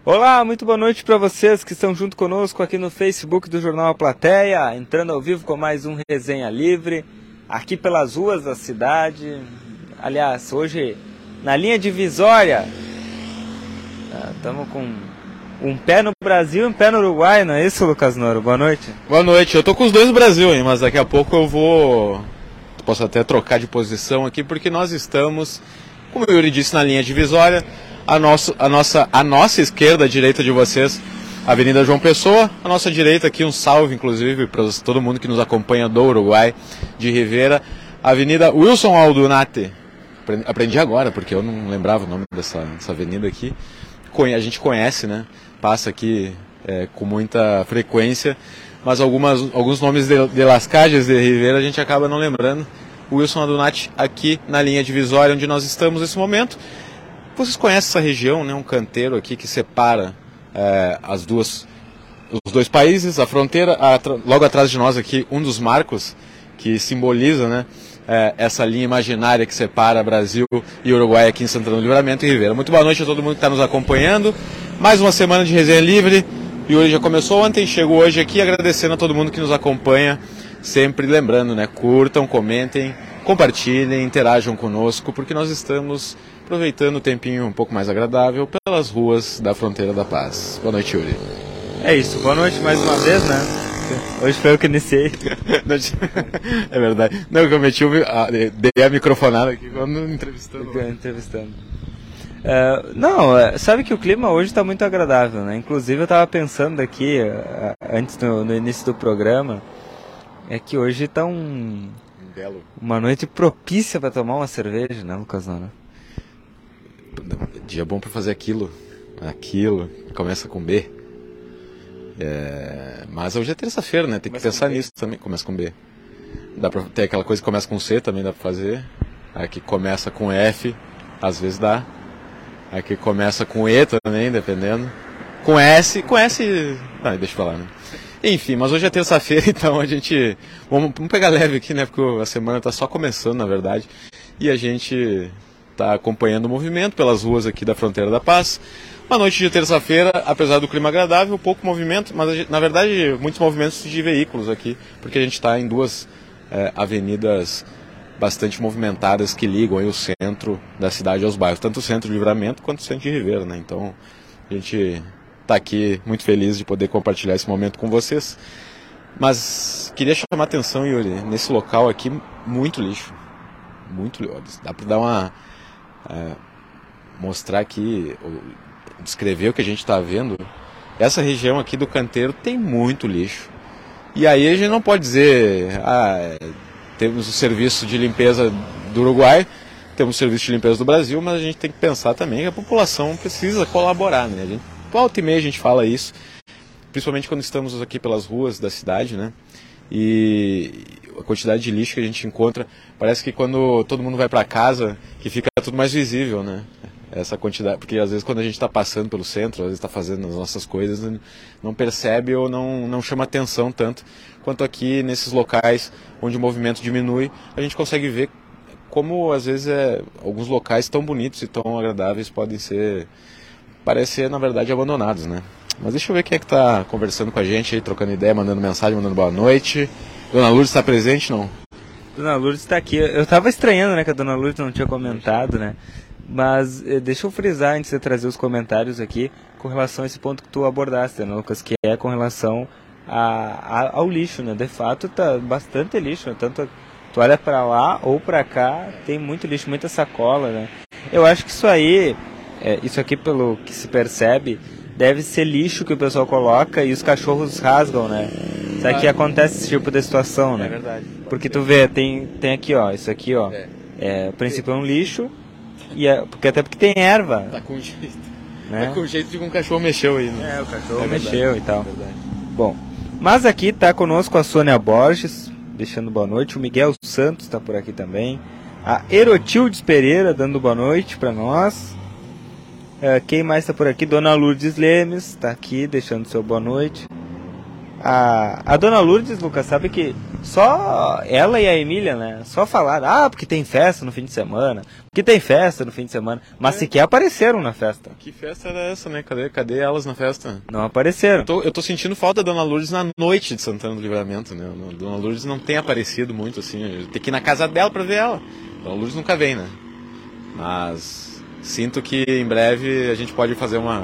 Olá, muito boa noite para vocês que estão junto conosco aqui no Facebook do Jornal A Plateia, entrando ao vivo com mais um Resenha Livre, aqui pelas ruas da cidade. Aliás, hoje na linha divisória, estamos com um pé no Brasil e um pé no Uruguai, não é isso, Lucas Noro? Boa noite. Boa noite, eu tô com os dois no Brasil, hein, mas daqui a pouco posso até trocar de posição aqui, porque nós estamos, como o Yuri disse, na linha divisória. A nossa esquerda, a direita de vocês, Avenida João Pessoa. A nossa direita aqui, um salve inclusive para todo mundo que nos acompanha do Uruguai, de Rivera, Avenida Wilson Aldunate. Aprendi agora, porque eu não lembrava o nome dessa avenida aqui. A gente conhece, né? Passa aqui com muita frequência, mas alguns nomes de Las Cajas de Rivera a gente acaba não lembrando. Wilson Aldunate aqui na linha divisória onde nós estamos nesse momento. Vocês conhecem essa região, né? Um canteiro aqui que separa os dois países, a fronteira, logo atrás de nós aqui, um dos marcos que simboliza, né? Essa linha imaginária que separa Brasil e Uruguai aqui em Santana do Livramento e Rivera. Muito boa noite a todo mundo que está nos acompanhando. Mais uma semana de Resenha Livre. E hoje já começou ontem, chego hoje aqui agradecendo a todo mundo que nos acompanha. Sempre lembrando, né? Curtam, comentem, compartilhem, interajam conosco, porque nós estamos aproveitando o tempinho um pouco mais agradável pelas ruas da Fronteira da Paz. Boa noite, Yuri. É isso, boa noite mais uma vez, né? Hoje foi eu que iniciei. É verdade. Não, eu cometi, dei a microfonada aqui quando entrevistando. Sabe que o clima hoje está muito agradável, né? Inclusive eu estava pensando aqui, antes no início do programa, que hoje está uma noite propícia para tomar uma cerveja, né, Lucas Nora? Dia bom para fazer aquilo, começa com B. Mas hoje é terça-feira, né? Tem que pensar nisso também. Começa com B. Dá pra ter aquela coisa que começa com C, também dá pra fazer. Aqui começa com F, às vezes dá. Aqui começa com E também, dependendo. Com S. Ah, deixa eu falar, né? Enfim, mas hoje é terça-feira, então a gente... Vamos pegar leve aqui, né? Porque a semana tá só começando, na verdade. E a gente está acompanhando o movimento pelas ruas aqui da Fronteira da Paz. Uma noite de terça-feira, apesar do clima agradável, pouco movimento, mas na verdade muitos movimentos de veículos aqui, porque a gente está em duas avenidas bastante movimentadas que ligam aí o centro da cidade aos bairros, tanto o centro de Livramento quanto o centro de Rivera, né? Então a gente está aqui muito feliz de poder compartilhar esse momento com vocês. Mas queria chamar a atenção, Yuri, nesse local aqui, muito lixo. Dá para dar mostrar aqui, descrever o que a gente está vendo. Essa região aqui do canteiro tem muito lixo. E aí a gente não pode dizer, temos o serviço de limpeza do Uruguai, temos o serviço de limpeza do Brasil, mas a gente tem que pensar também que a população precisa colaborar, né? Volta e meia a gente fala isso, principalmente quando estamos aqui pelas ruas da cidade, né? E a quantidade de lixo que a gente encontra, parece que quando todo mundo vai para casa, que fica tudo mais visível, né? Essa quantidade, porque às vezes quando a gente está passando pelo centro, às vezes está fazendo as nossas coisas, não percebe ou não chama atenção tanto quanto aqui nesses locais onde o movimento diminui, a gente consegue ver como às vezes alguns locais tão bonitos e tão agradáveis podem parecer na verdade abandonados, né? Mas deixa eu ver quem é que está conversando com a gente aí, trocando ideia, mandando mensagem, mandando boa noite. Dona Lourdes está presente, não? Dona Lourdes está aqui. Eu estava estranhando, né, que a Dona Lourdes não tinha comentado, né? Mas deixa eu frisar, antes de trazer os comentários aqui, com relação a esse ponto que tu abordaste, né, Lucas? Que é com relação ao lixo, né? De fato, tá bastante lixo, né? Tanto tu olha para lá ou para cá, tem muito lixo, muita sacola, né? Eu acho que isso aqui, pelo que se percebe, deve ser lixo que o pessoal coloca e os cachorros rasgam, né? Sabe que acontece esse tipo de situação, né? É verdade. Porque tu vê, tem aqui, ó, isso aqui, ó, o princípio é um lixo, até porque tem erva. Tá com jeito. Né? Tá com jeito de que um cachorro mexeu aí, né? O cachorro mexeu e tal. É verdade. Bom, mas aqui tá conosco a Sônia Borges, deixando boa noite, o Miguel Santos tá por aqui também, a Erotildes Pereira dando boa noite para nós. Quem mais está por aqui? Dona Lourdes Lemes está aqui, deixando seu boa noite. A dona Lourdes, Lucas, sabe que só ela e a Emília, né, só falaram, porque tem festa no fim de semana, mas sequer apareceram na festa. Que festa era essa, né? Cadê elas na festa? Não apareceram. Eu tô sentindo falta da dona Lourdes na noite de Santana do Livramento, né? A dona Lourdes não tem aparecido muito, assim, tem que ir na casa dela pra ver ela. A dona Lourdes nunca vem, né? Mas sinto que em breve a gente pode fazer um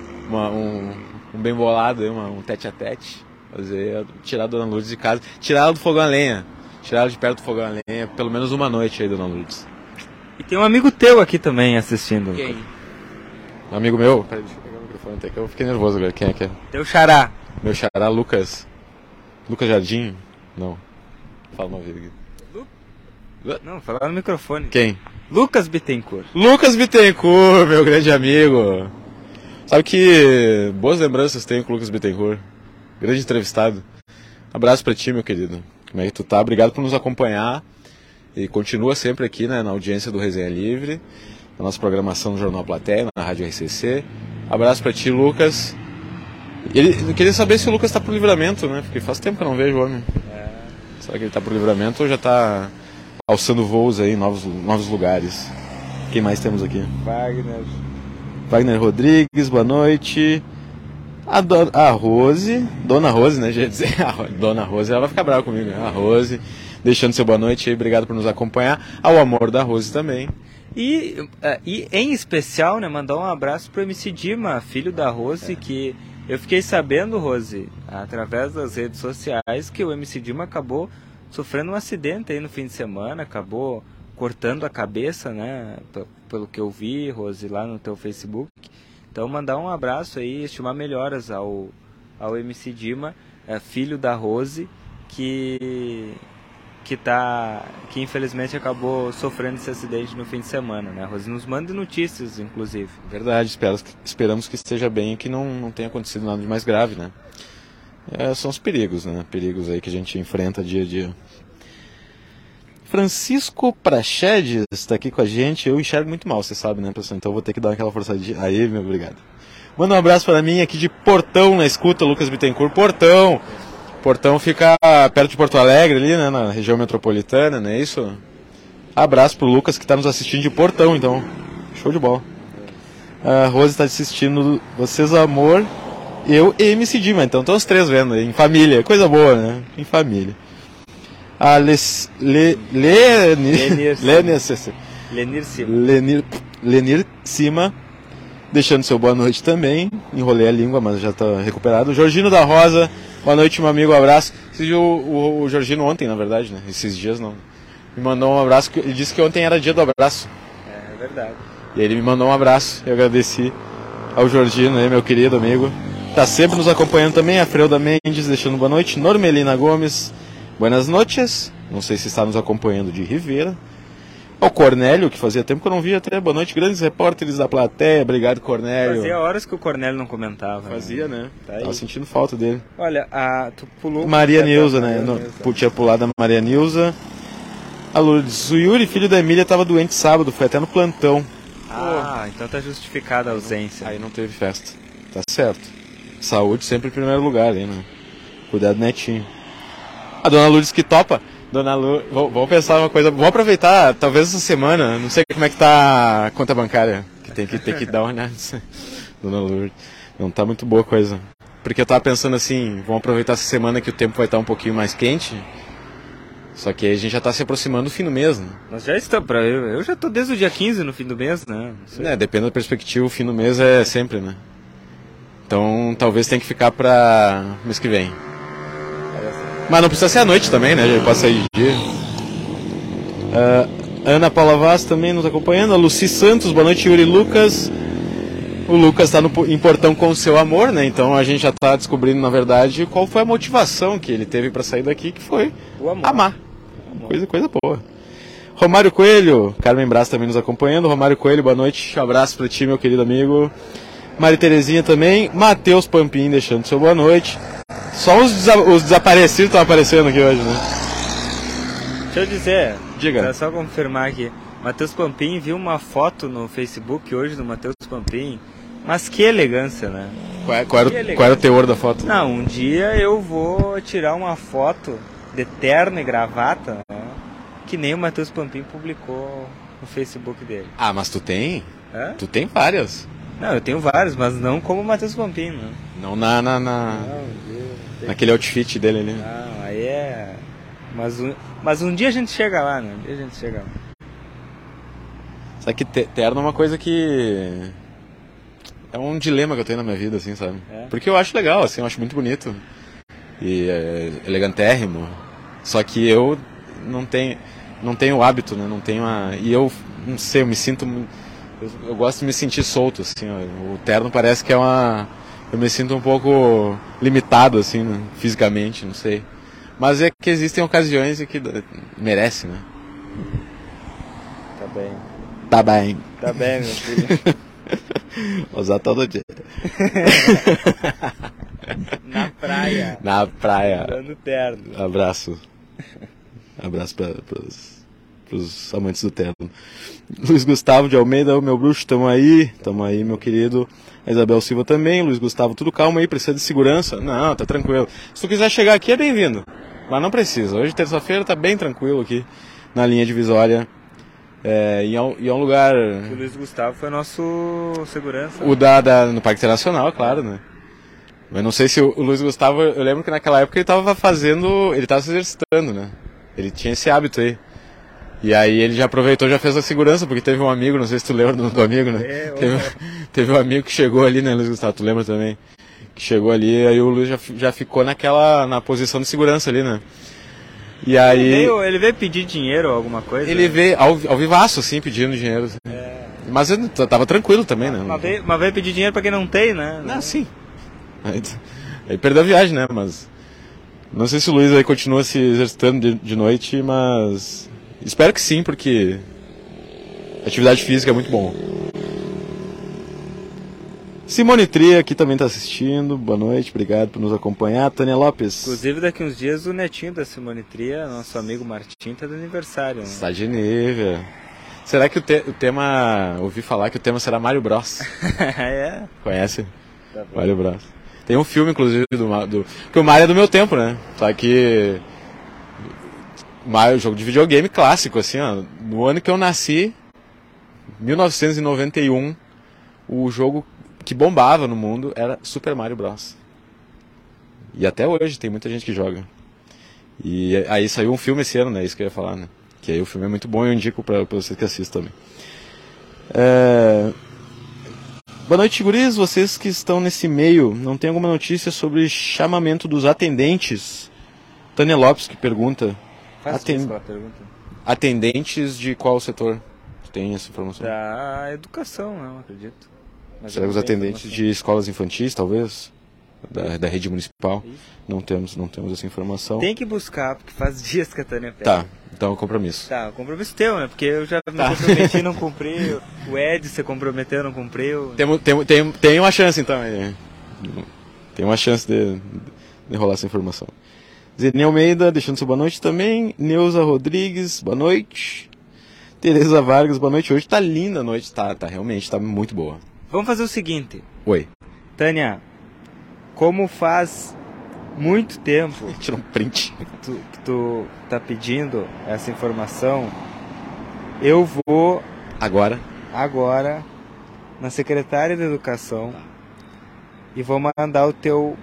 bem bolado, um tete-a-tete. Tirar a dona Lourdes de casa, tirar ela do fogão a lenha, tirar ela de perto do fogão a lenha, pelo menos uma noite aí, dona Lourdes. E tem um amigo teu aqui também assistindo. Quem? Um amigo meu? Peraí, deixa eu pegar o microfone até que eu fiquei nervoso agora. Quem é que é? Teu xará. Meu xará, Lucas. Lucas Jardim? Não. Fala uma vez aqui. Não, fala no microfone. Quem? Lucas Bittencourt. Lucas Bittencourt, meu grande amigo. Sabe que boas lembranças tenho com o Lucas Bittencourt. Grande entrevistado. Abraço pra ti, meu querido. Como é que tu tá? Obrigado por nos acompanhar. E continua sempre aqui, né, na audiência do Resenha Livre, na nossa programação no Jornal Platéia, na Rádio RCC. Abraço pra ti, Lucas. Eu queria saber se o Lucas tá pro Livramento, né? Porque faz tempo que eu não vejo o homem. Será que ele tá pro Livramento ou já tá alçando voos aí em novos lugares? Quem mais temos aqui? Wagner Rodrigues, boa noite. A Rose, Dona Rose, né, já ia dizer, Dona Rose, ela vai ficar brava comigo, né? A Rose, deixando seu boa noite aí, obrigado por nos acompanhar. Ao amor da Rose também. E em especial, né, mandar um abraço pro MC Dima, filho da Rose, que eu fiquei sabendo, Rose, através das redes sociais, que o MC Dima acabou sofrendo um acidente aí no fim de semana, acabou cortando a cabeça, né, pelo que eu vi, Rose, lá no teu Facebook. Então mandar um abraço aí, estimar melhoras ao MC Dima, filho da Rose, que infelizmente acabou sofrendo esse acidente no fim de semana, né? A Rose nos manda notícias, inclusive. Verdade, esperamos que esteja bem e que não tenha acontecido nada de mais grave, né? São os perigos, né? Perigos aí que a gente enfrenta dia a dia. Francisco Prachedes está aqui com a gente. Eu enxergo muito mal, você sabe, né, pessoal? Então eu vou ter que dar aquela forçadinha. Aí, meu obrigado. Manda um abraço para mim aqui de Portão, na escuta, Lucas Bittencourt. Portão fica perto de Porto Alegre, ali, né, na região metropolitana, não é isso? Abraço pro Lucas que está nos assistindo de Portão, então. Show de bola. A Rose está assistindo Vocês Amor, eu e MC Dima. Então estão os três vendo aí, em família. Coisa boa, né? Em família. A Lenir Cima, deixando seu boa noite também. Enrolei a língua, mas já está recuperado. Jorginho da Rosa, boa noite, meu amigo, um abraço. O Jorginho ontem, na verdade, né? Esses dias não. Me mandou um abraço, ele disse que ontem era dia do abraço. É verdade. E ele me mandou um abraço, eu agradeci ao Jorginho, né, meu querido amigo. Tá sempre nos acompanhando também, a Freuda Mendes, deixando boa noite. Normelina Gomes, buenas noches, não sei se está nos acompanhando de Rivera. Ao Cornélio, que fazia tempo que eu não via, até boa noite, grandes repórteres da plateia, obrigado, Cornélio. Fazia horas que o Cornélio não comentava. Fazia, né? Tava sentindo falta dele. Olha, tu pulou... Maria Nilza, né? Tinha pulado a Maria Nilza. A Lourdes, o Yuri, filho da Emília, estava doente sábado, foi até no plantão. Então tá justificada a ausência. Aí não teve festa, tá certo. Saúde sempre em primeiro lugar, aí, né? Cuidado, netinho. A dona Lourdes que topa. Dona Lourdes, vamos pensar uma coisa, vamos aproveitar, talvez essa semana, não sei como é que tá a conta bancária, que tem que dar uma olhada. Dona Lourdes, não tá muito boa a coisa. Porque eu tava pensando assim, vamos aproveitar essa semana que o tempo vai estar um pouquinho mais quente. Só que aí a gente já tá se aproximando do fim do mês, né? Nós já estamos, eu já tô desde o dia 15 no fim do mês, né? Depende da perspectiva, o fim do mês é sempre, né? Então talvez tenha que ficar pra mês que vem. Mas não precisa ser à noite também, né? Já pode sair de dia. Ana Paula Vaz também nos acompanhando. A Luci Santos, boa noite, Yuri Lucas. O Lucas está em Portão com o seu amor, né? Então a gente já está descobrindo, na verdade, qual foi a motivação que ele teve para sair daqui, que foi o amor. Amar. Coisa boa. Romário Coelho, Carmen Brás também nos acompanhando. Romário Coelho, boa noite. Um abraço para ti, meu querido amigo. Mari Terezinha também. Matheus Pampim deixando seu boa noite. Só os desaparecidos estão aparecendo aqui hoje, né? Deixa eu dizer. Diga. Só confirmar aqui. Matheus Pampim viu uma foto no Facebook hoje do Matheus Pampim Mas que elegância, né? Qual era o teor da foto? Não, um dia eu vou tirar uma foto de terno e gravata, né? Que nem o Matheus Pampim publicou no Facebook dele. Ah, mas tu tem? Hã? Tu tem várias. Não, eu tenho vários, mas não como o Matheus Pampim, né? Não Não, naquele outfit dele ali. não, aí é... Mas um dia a gente chega lá, né? Um dia a gente chega lá. Sabe que terno é uma coisa que... É um dilema que eu tenho na minha vida, assim, sabe? É? Porque eu acho legal, assim, eu acho muito bonito. E é elegantérrimo. Só que eu não tenho o hábito, né? Não tenho a... E eu, não sei, eu me sinto... Eu gosto de me sentir solto, assim, ó. O terno parece que é uma... Eu me sinto um pouco limitado, assim, né? Fisicamente, não sei. Mas é que existem ocasiões em que merece, né? Tá bem. Tá bem. Tá bem, meu filho. Usar todo dia. Na praia. Na praia. Dando terno. Abraço. Abraço pros amantes do terno. Luiz Gustavo de Almeida, meu bruxo, tamo aí, meu querido. A Isabel Silva também. Luiz Gustavo, tudo calma aí, precisa de segurança? Não, tá tranquilo. Se tu quiser chegar aqui, é bem-vindo. Mas não precisa. Hoje, terça-feira, tá bem tranquilo aqui na linha divisória. E é um lugar... O Luiz Gustavo foi nosso segurança. O no Parque Internacional, claro, né? Mas não sei se o Luiz Gustavo... Eu lembro que naquela época ele tava se exercitando, né? Ele tinha esse hábito aí. E aí ele já aproveitou, já fez a segurança, porque teve um amigo, não sei se tu lembra do amigo, né? Teve um amigo que chegou ali, né, Luiz Gustavo? Tu lembra também? Que chegou ali, aí o Luiz já ficou na posição de segurança ali, né? E aí... Ele veio pedir dinheiro ou alguma coisa? Ele veio ao vivaço, assim, pedindo dinheiro. Assim. Mas ele tava tranquilo também, né? Mas veio pedir dinheiro pra quem não tem, né? Não, sim. Aí perdeu a viagem, né? Mas... Não sei se o Luiz aí continua se exercitando de noite, mas... Espero que sim, porque... Atividade física é muito bom. Simone Tria aqui também está assistindo. Boa noite, obrigado por nos acompanhar. Tânia Lopes. Inclusive, daqui uns dias o netinho da Simone Tria, nosso amigo Martim, está de aniversário. Né? Está de nível. Será que o tema... Ouvi falar que o tema será Mario Bros. É? Conhece? Tá, Mario Bros. Tem um filme, inclusive, que o Mario é do meu tempo, né? Só que... Mario, jogo de videogame clássico, assim, ó. No ano que eu nasci, 1991, o jogo que bombava no mundo era Super Mario Bros. E até hoje tem muita gente que joga. E aí saiu um filme esse ano, né? Isso que eu ia falar, né? Que aí o filme é muito bom e eu indico pra vocês que assistem também. Boa noite, guris. Vocês que estão nesse meio, não tem alguma notícia sobre chamamento dos atendentes? Tânia Lopes que pergunta. Pergunta. Atendentes de qual setor? Tem essa informação? Da educação, não acredito. Mas será que os atendentes de escolas infantis, talvez? Da rede municipal? Isso. Não temos essa informação. Tem que buscar, porque faz dias que a Tânia pede. Tá, então é um compromisso. Tá, compromisso teu, né? Porque eu já me comprometi e não cumpri. O Ed se comprometeu e não cumpriu. Tem uma chance, então. Tem uma chance de rolar essa informação. Zene Almeida, deixando seu boa noite também. Neuza Rodrigues, boa noite. Tereza Vargas, boa noite. Hoje tá linda a noite, realmente, tá muito boa. Vamos fazer o seguinte. Oi. Tânia, como faz muito tempo tira um print que tu tá pedindo essa informação, eu vou agora na secretária de Educação e vou mandar o teu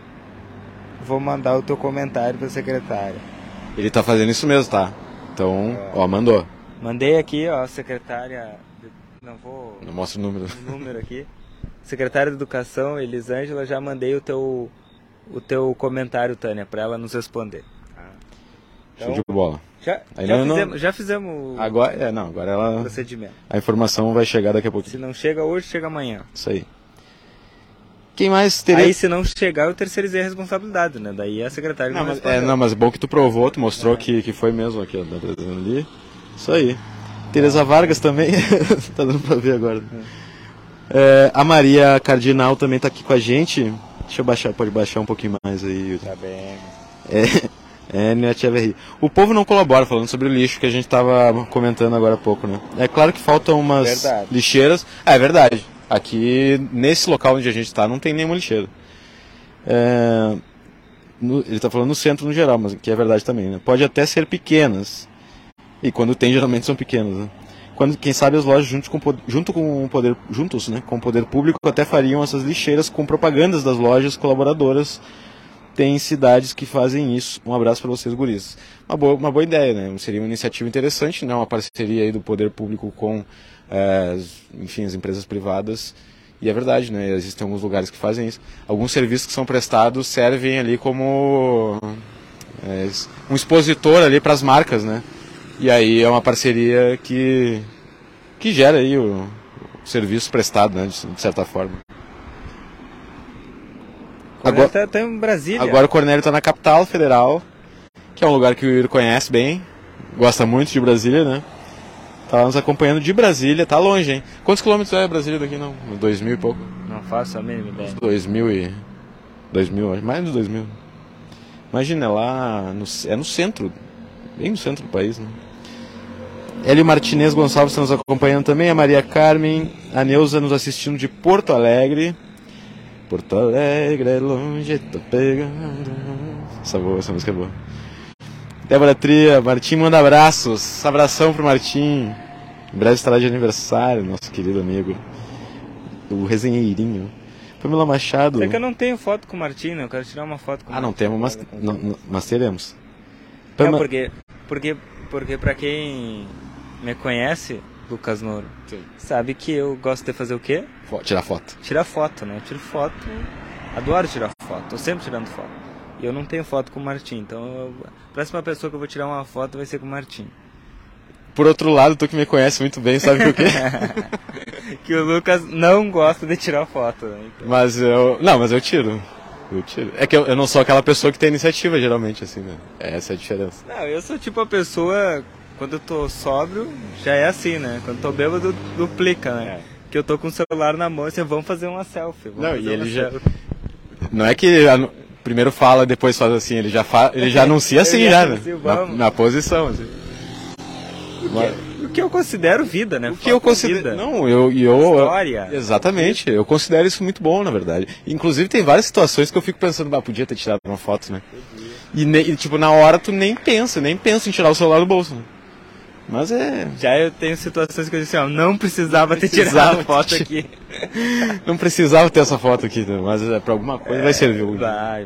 comentário para a secretária. Ele tá fazendo isso mesmo, tá? Então, mandou. Mandei aqui, secretária, não mostra o número aqui. Secretária de Educação, Elisângela, já mandei o teu comentário, Tânia, para ela nos responder. Então, show de bola. Já fizemos agora ela... procedimento. A informação vai chegar daqui a pouco. Se não chega hoje, chega amanhã. Isso aí. Quem mais teria... Aí se não chegar, eu terceirizei a responsabilidade, né? Daí a secretária não respondeu. Mas é bom que tu provou, tu mostrou que foi mesmo aqui, ó, ali. Isso aí. Tereza Vargas também, tá dando pra ver agora. A Maria Cardinal também tá aqui com a gente. Deixa eu baixar, pode baixar um pouquinho mais aí. Tá bem. Minha tia Verri. O povo não colabora, falando sobre o lixo que a gente tava comentando agora há pouco, né? É claro que faltam umas lixeiras. É verdade. Aqui, nesse local onde a gente está, não tem nenhuma lixeira. Ele está falando no centro no geral, mas que é verdade também, né? Pode até ser pequenas. E quando tem, geralmente são pequenas, né? Quem sabe as lojas juntos com o poder público até fariam essas lixeiras com propagandas das lojas colaboradoras. Tem cidades que fazem isso. Um abraço para vocês, guris. Uma boa ideia, né? Seria uma iniciativa interessante, né? Uma parceria aí do poder público com as empresas privadas. E é verdade, né? Existem alguns lugares que fazem isso. Alguns serviços que são prestados servem ali como um expositor ali para as marcas, né? E aí é uma parceria que gera aí o serviço prestado, né, de certa forma. Agora tá em Brasília. Agora o Cornélio está na capital federal, que é um lugar que o Yuri conhece bem, gosta muito de Brasília, né? Tá nos acompanhando de Brasília, tá longe, hein? Quantos quilômetros é Brasília daqui, não? 2000 e pouco? Não faço a mínima ideia. 2000, mais de 2000. Imagina, lá no centro, bem no centro do país, né? Hélio Martinez Gonçalves está nos acompanhando também, a Maria Carmen, a Neuza nos assistindo de Porto Alegre. Porto Alegre é longe, tô pegando. Essa música é boa. Débora Tria, Martim manda abraços. Abração pro Martim. Em breve estará de aniversário, nosso querido amigo. O resenheirinho. Pamela Machado. É que eu não tenho foto com o Martim, né? Eu quero tirar uma foto com o Martim. Não temos, mas teremos. Porque pra quem me conhece, Lucas Noro, sim, sabe que eu gosto de fazer o quê? Tirar foto. Tirar foto, né? Eu tiro foto, adoro tirar foto, tô sempre tirando foto. E eu não tenho foto com o Martim, então a próxima pessoa que eu vou tirar uma foto vai ser com o Martim. Por outro lado, tu que me conhece muito bem, sabe que o quê? Que o Lucas não gosta de tirar foto, né? Então... Mas eu tiro. É que eu não sou aquela pessoa que tem iniciativa, geralmente, assim, né? Essa é a diferença. Não, eu sou tipo a pessoa, quando eu tô sóbrio, já é assim, né? Quando eu tô bêbado, duplica, né? Que eu tô com o celular na mão e assim, vamos fazer uma selfie. Não é que primeiro fala, depois faz assim, ele já anuncia assim, já, né? Na posição, assim. O que eu considero vida, né? O que eu considero... Vida. Não, História. Exatamente, eu considero isso muito bom, na verdade. Inclusive tem várias situações que eu fico pensando, podia ter tirado uma foto, né? E tipo, na hora tu nem pensa em tirar o celular do bolso, né? Mas Já eu tenho situações que eu disse, não precisava ter tirado a foto aqui. Não precisava ter essa foto aqui, né? Mas pra alguma coisa vai servir. Vai.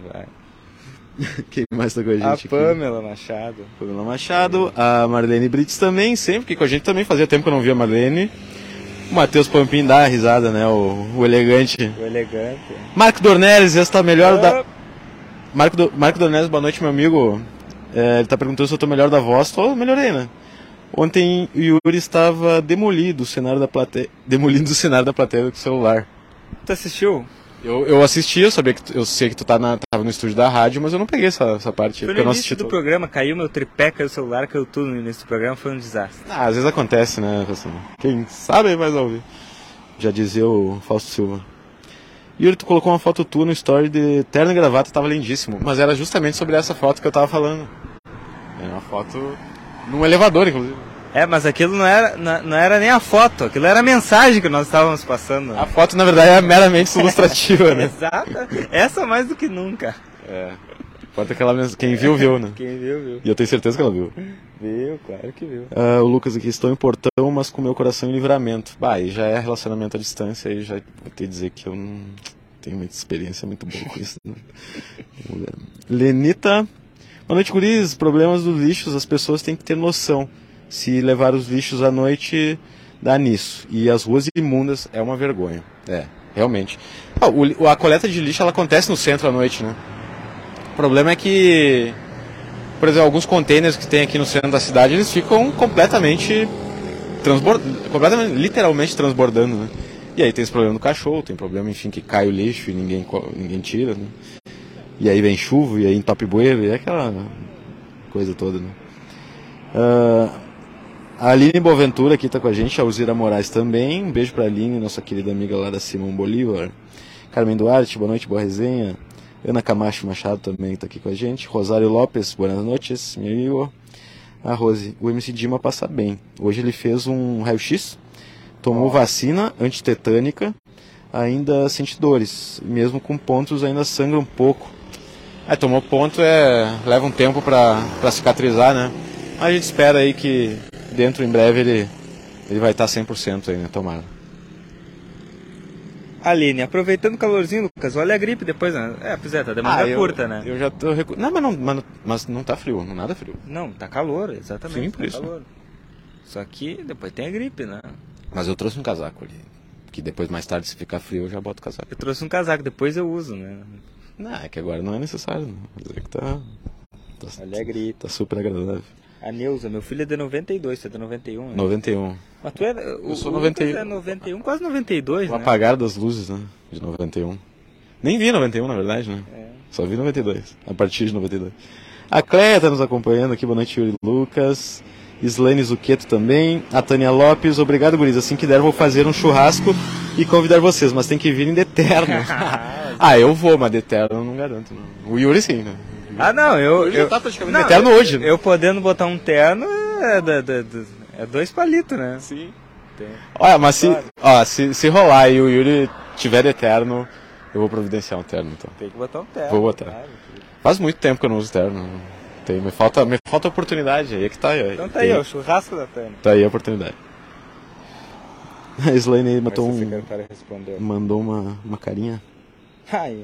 Quem mais tá com a gente aqui? Pamela Machado. Pamela Machado, a Marlene Brits também, sempre que com a gente também, fazia tempo que eu não via a Marlene. O Matheus Pampim dá a risada, né? O elegante. O elegante. Marco Dornelles, essa tá melhor da... Marco Dornelles, boa noite, meu amigo. Ele tá perguntando se eu tô melhor da voz. Tô, melhorei, né? Ontem o Yuri estava demolindo o cenário da plateia com o celular. Tu assistiu? Eu assisti, eu sei que tu tava no estúdio da rádio, mas eu não peguei essa parte. Foi no início do programa, caiu meu tripé, caiu o celular, caiu tudo no início do programa, foi um desastre. Às vezes acontece, né? Assim, quem sabe vai ouvir. Já dizia o Fausto Silva. Yuri, tu colocou uma foto tua no story de terno e gravata, tava lindíssimo. Mas era justamente sobre essa foto que eu tava falando. Era uma foto num elevador, inclusive. Mas aquilo não era nem a foto, aquilo era a mensagem que nós estávamos passando. Né? A foto, na verdade, é meramente ilustrativa, né? Exato, essa mais do que nunca. Foto aquela quem viu, viu, né? Quem viu. E eu tenho certeza que ela viu. Viu, claro que viu. O Lucas aqui, estou em Portão, mas com meu coração em Livramento. Aí já é relacionamento à distância, aí já vou ter que dizer que eu não tenho muita experiência muito boa com isso. Né? Lenita, boa noite, guris. Problemas dos lixos, as pessoas têm que ter noção. Se levar os lixos à noite, dá nisso. E as ruas imundas é uma vergonha. Realmente. A coleta de lixo, ela acontece no centro à noite, né? O problema é que, por exemplo, alguns containers que tem aqui no centro da cidade, eles ficam completamente literalmente transbordando, né? E aí tem esse problema do cachorro, tem problema, enfim, que cai o lixo e ninguém tira, né? E aí vem chuva, e aí entope bueiro, e é aquela coisa toda, né? A Aline Boaventura aqui tá com a gente, a Alzira Moraes também. Um beijo pra Aline, nossa querida amiga lá da Simão Bolívar. Carmen Duarte, boa noite, boa resenha. Ana Camacho Machado também tá aqui com a gente. Rosário Lopes, boas noites, meu amigo. A Rose, o MC Dima passa bem. Hoje ele fez um raio-x, tomou vacina antitetânica ainda sente dores, mesmo com pontos ainda sangra um pouco. Tomou ponto, leva um tempo para cicatrizar, né? Mas a gente espera aí que em breve ele vai estar 100% aí, né? Tomara. Aline, aproveitando o calorzinho, Lucas, olha a gripe depois, né? Tá demanda curta, né? Eu já tô... Não, mas não tá frio, não nada frio. Não, tá calor, exatamente. Sim, por isso. Calor. Só que depois tem a gripe, né? Mas eu trouxe um casaco ali, que depois mais tarde se ficar frio eu já boto o casaco. Eu trouxe um casaco, depois eu uso, né? Não, é que agora não é necessário, não. Quer dizer que tá olha a gripe. Tá super agradável. A Neuza, meu filho é de 92, você é de 91, né? 91. Mas tu é... Eu sou 91. É 91, quase 92, o né? apagar das luzes, né? De 91. Nem vi 91, na verdade, né? Só vi 92, a partir de 92. A Cléia tá nos acompanhando aqui, boa noite, Yuri Lucas. Slane Zucchetto também. A Tânia Lopes, obrigado, guris. Assim que der, vou fazer um churrasco e convidar vocês, mas tem que vir em Deterno. Eu vou, mas Deterno eu não garanto, não. O Yuri sim, né? Não, eu tá praticamente de terno hoje, né? Eu podendo botar um terno é 2 palitos, né? Sim. Olha, mas se rolar e o Yuri tiver de terno, eu vou providenciar um terno, então. Tem que botar um terno. Vou botar. Claro. Faz muito tempo que eu não uso terno. Me falta oportunidade, aí é que tá aí. Então tá aí, o churrasco da terno. Tá aí a oportunidade. A Slane mandou uma carinha. Ai.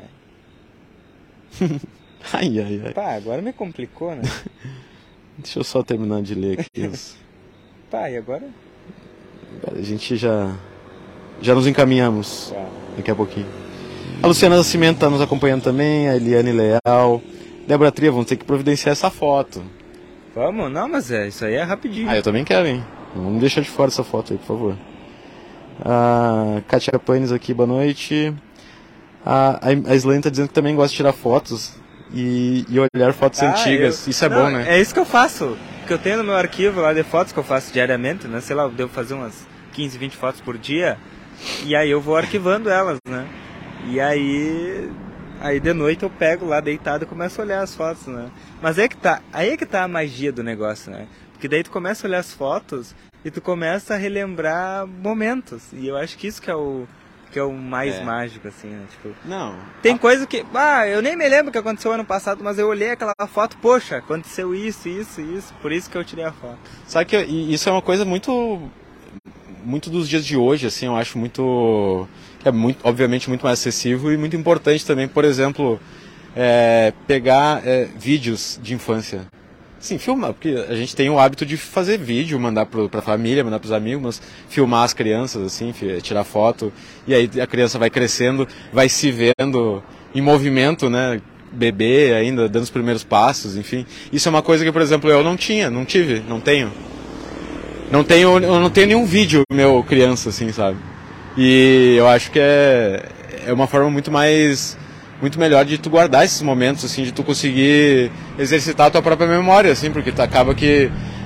Ai. Pá, agora me complicou, né? Deixa eu só terminar de ler aqui. Pá, e agora? A gente já nos encaminhamos daqui a pouquinho. A Luciana Nascimento está nos acompanhando também, a Eliane Leal. Débora Tria, vamos ter que providenciar essa foto. Vamos? Não, mas isso aí é rapidinho. Eu também quero, hein? Vamos deixar de fora essa foto aí, por favor. A Kátia Panes aqui, boa noite. A Slane está dizendo que também gosta de tirar fotos e olhar fotos antigas. Isso é bom, né? É isso que eu faço. Que eu tenho no meu arquivo lá de fotos que eu faço diariamente, né? Sei lá, eu devo fazer umas 15, 20 fotos por dia. E aí eu vou arquivando elas, né? E aí de noite eu pego lá deitado e começo a olhar as fotos, né? Mas aí é que tá a magia do negócio, né? Porque daí tu começa a olhar as fotos e tu começa a relembrar momentos. E eu acho que isso que é o mais mágico, assim, né? Tipo, não. Tem coisa que... eu nem me lembro o que aconteceu ano passado, mas eu olhei aquela foto, poxa, aconteceu isso, por isso que eu tirei a foto. Sabe que isso é uma coisa muito dos dias de hoje, assim, eu acho muito... obviamente muito mais acessível e muito importante também, por exemplo, pegar vídeos de infância. Sim, filmar, porque a gente tem o hábito de fazer vídeo, mandar pra família, mandar pros amigos, mas filmar as crianças, assim, tirar foto, e aí a criança vai crescendo, vai se vendo em movimento, né, bebê ainda, dando os primeiros passos, enfim. Isso é uma coisa que, por exemplo, eu não tenho. Eu não tenho nenhum vídeo meu criança, assim, sabe? E eu acho que é uma forma muito melhor de tu guardar esses momentos, assim, de tu conseguir exercitar a tua própria memória, assim, porque acaba que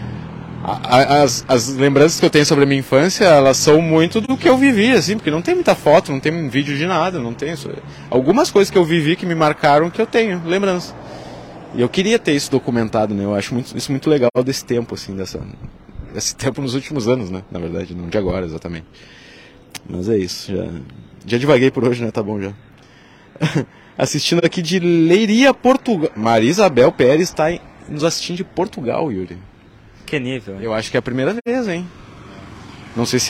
as lembranças que eu tenho sobre a minha infância, elas são muito do que eu vivi, assim, porque não tem muita foto, não tem vídeo de nada, não tem algumas coisas que eu vivi que me marcaram que eu tenho, lembrança. E eu queria ter isso documentado, né, eu acho isso muito legal desse tempo, assim, desse tempo nos últimos anos, né, na verdade, não de agora, exatamente. Mas é isso, já divaguei por hoje, né, tá bom já. Assistindo aqui de Leiria, Portugal. Maria Isabel Pérez está nos assistindo de Portugal, Yuri. Que nível, hein? Eu acho que é a primeira vez, hein? Não sei se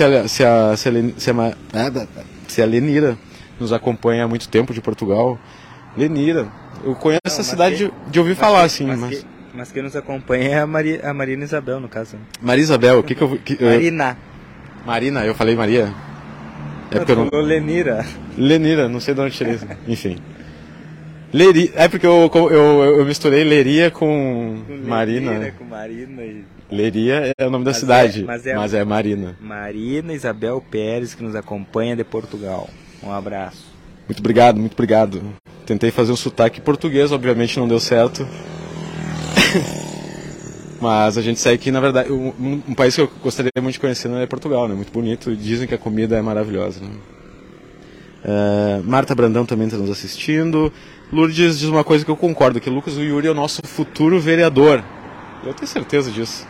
a Lenira nos acompanha há muito tempo de Portugal. Lenira, eu conheço essa cidade de ouvir falar, assim. Mas quem nos acompanha é a Marina Isabel, no caso. Maria Isabel, Marina, eu falei Maria? Porque eu não... Lenira, não sei de onde tirei isso. Enfim. Porque eu misturei Leiria com Marina. Leiria com Marina e... Leiria é o nome da cidade, mas é Marina. Marina Isabel Pérez, que nos acompanha de Portugal. Um abraço. Muito obrigado, muito obrigado. Tentei fazer um sotaque português, obviamente não deu certo. Mas a gente segue aqui, na verdade, um país que eu gostaria muito de conhecer é Portugal, né? Muito bonito, dizem que a comida é maravilhosa, né? Marta Brandão também está nos assistindo. Lourdes diz uma coisa que eu concordo, que o Lucas Yuri é o nosso futuro vereador. Eu tenho certeza disso.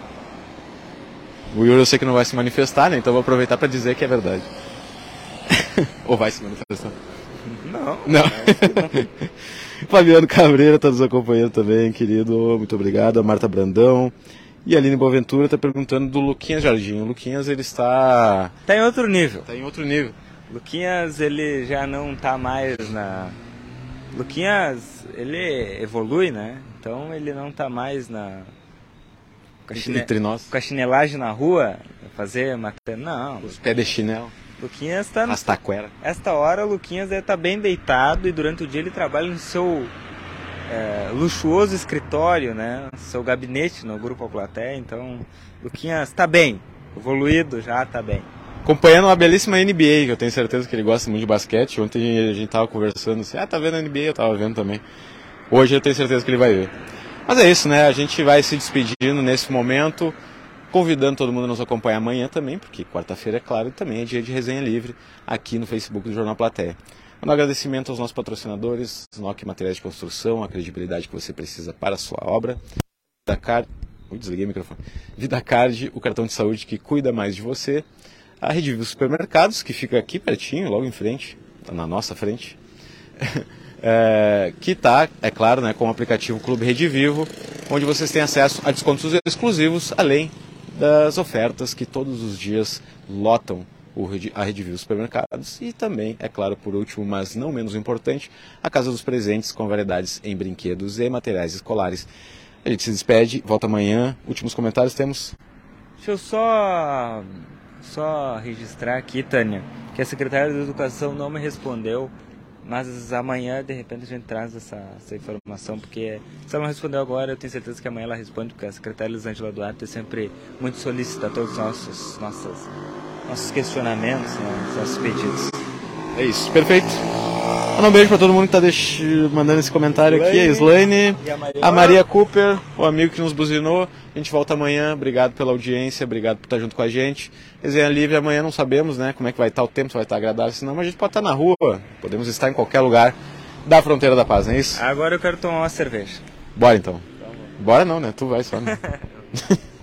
O Yuri eu sei que não vai se manifestar, né? Então vou aproveitar para dizer que é verdade. Ou vai se manifestar? Não. Não. Fabiano Cabreira está nos acompanhando também, querido. Muito obrigado. A Marta Brandão. E a Aline Boaventura está perguntando do Luquinhas Jardim. O Luquinhas, ele está... Tá em outro nível. Está em outro nível. Luquinhas, ele já não tá mais na... Luquinhas, ele evolui, né? Então ele não tá mais na... Entre nós. Com a chinelagem na rua, fazer matéria. Não. Os pés de chinelo. Luquinhas tá... As taqueras. Esta hora o Luquinhas deve estar bem deitado e durante o dia ele trabalha no seu luxuoso escritório, né? Seu gabinete no Grupo Platéia. Então, Luquinhas tá bem. Evoluído, já tá bem. Acompanhando uma belíssima NBA, que eu tenho certeza que ele gosta muito de basquete. Ontem a gente tava conversando assim, tá vendo a NBA? Eu tava vendo também. Hoje eu tenho certeza que ele vai ver. Mas é isso, né? A gente vai se despedindo nesse momento, convidando todo mundo a nos acompanhar amanhã também, porque quarta-feira, é claro, também é dia de resenha livre aqui no Facebook do Jornal Platéia. Um agradecimento aos nossos patrocinadores, Nock Materiais de Construção, a credibilidade que você precisa para a sua obra. VidaCard, desliguei o microfone. VidaCard, o cartão de saúde que cuida mais de você. A Rede Vivo Supermercados, que fica aqui pertinho, logo em frente, na nossa frente. Que está, é claro, né, com o aplicativo Clube Rede Vivo, onde vocês têm acesso a descontos exclusivos, além das ofertas que todos os dias lotam a Rede Vivo Supermercados. E também, é claro, por último, mas não menos importante, a Casa dos Presentes, com variedades em brinquedos e materiais escolares. A gente se despede, volta amanhã. Últimos comentários temos? Deixa eu só registrar aqui, Tânia, que a secretária da Educação não me respondeu, mas amanhã, de repente, a gente traz essa informação, porque se ela não respondeu agora, eu tenho certeza que amanhã ela responde, porque a secretária Elisângela Duarte é sempre muito solícita a todos os nossos questionamentos, né, nossos pedidos. É isso, perfeito. Um beijo para todo mundo que está mandando esse comentário aqui, a Slaine, a Maria Cooper, o amigo que nos buzinou. A gente volta amanhã, obrigado pela audiência, obrigado por estar junto com a gente. Resenha livre amanhã, não sabemos, né, como é que vai estar o tempo, se vai estar agradável, senão, mas a gente pode estar na rua, podemos estar em qualquer lugar da fronteira da paz, não é isso? Agora eu quero tomar uma cerveja. Bora então. Bora não, né, tu vai só, né?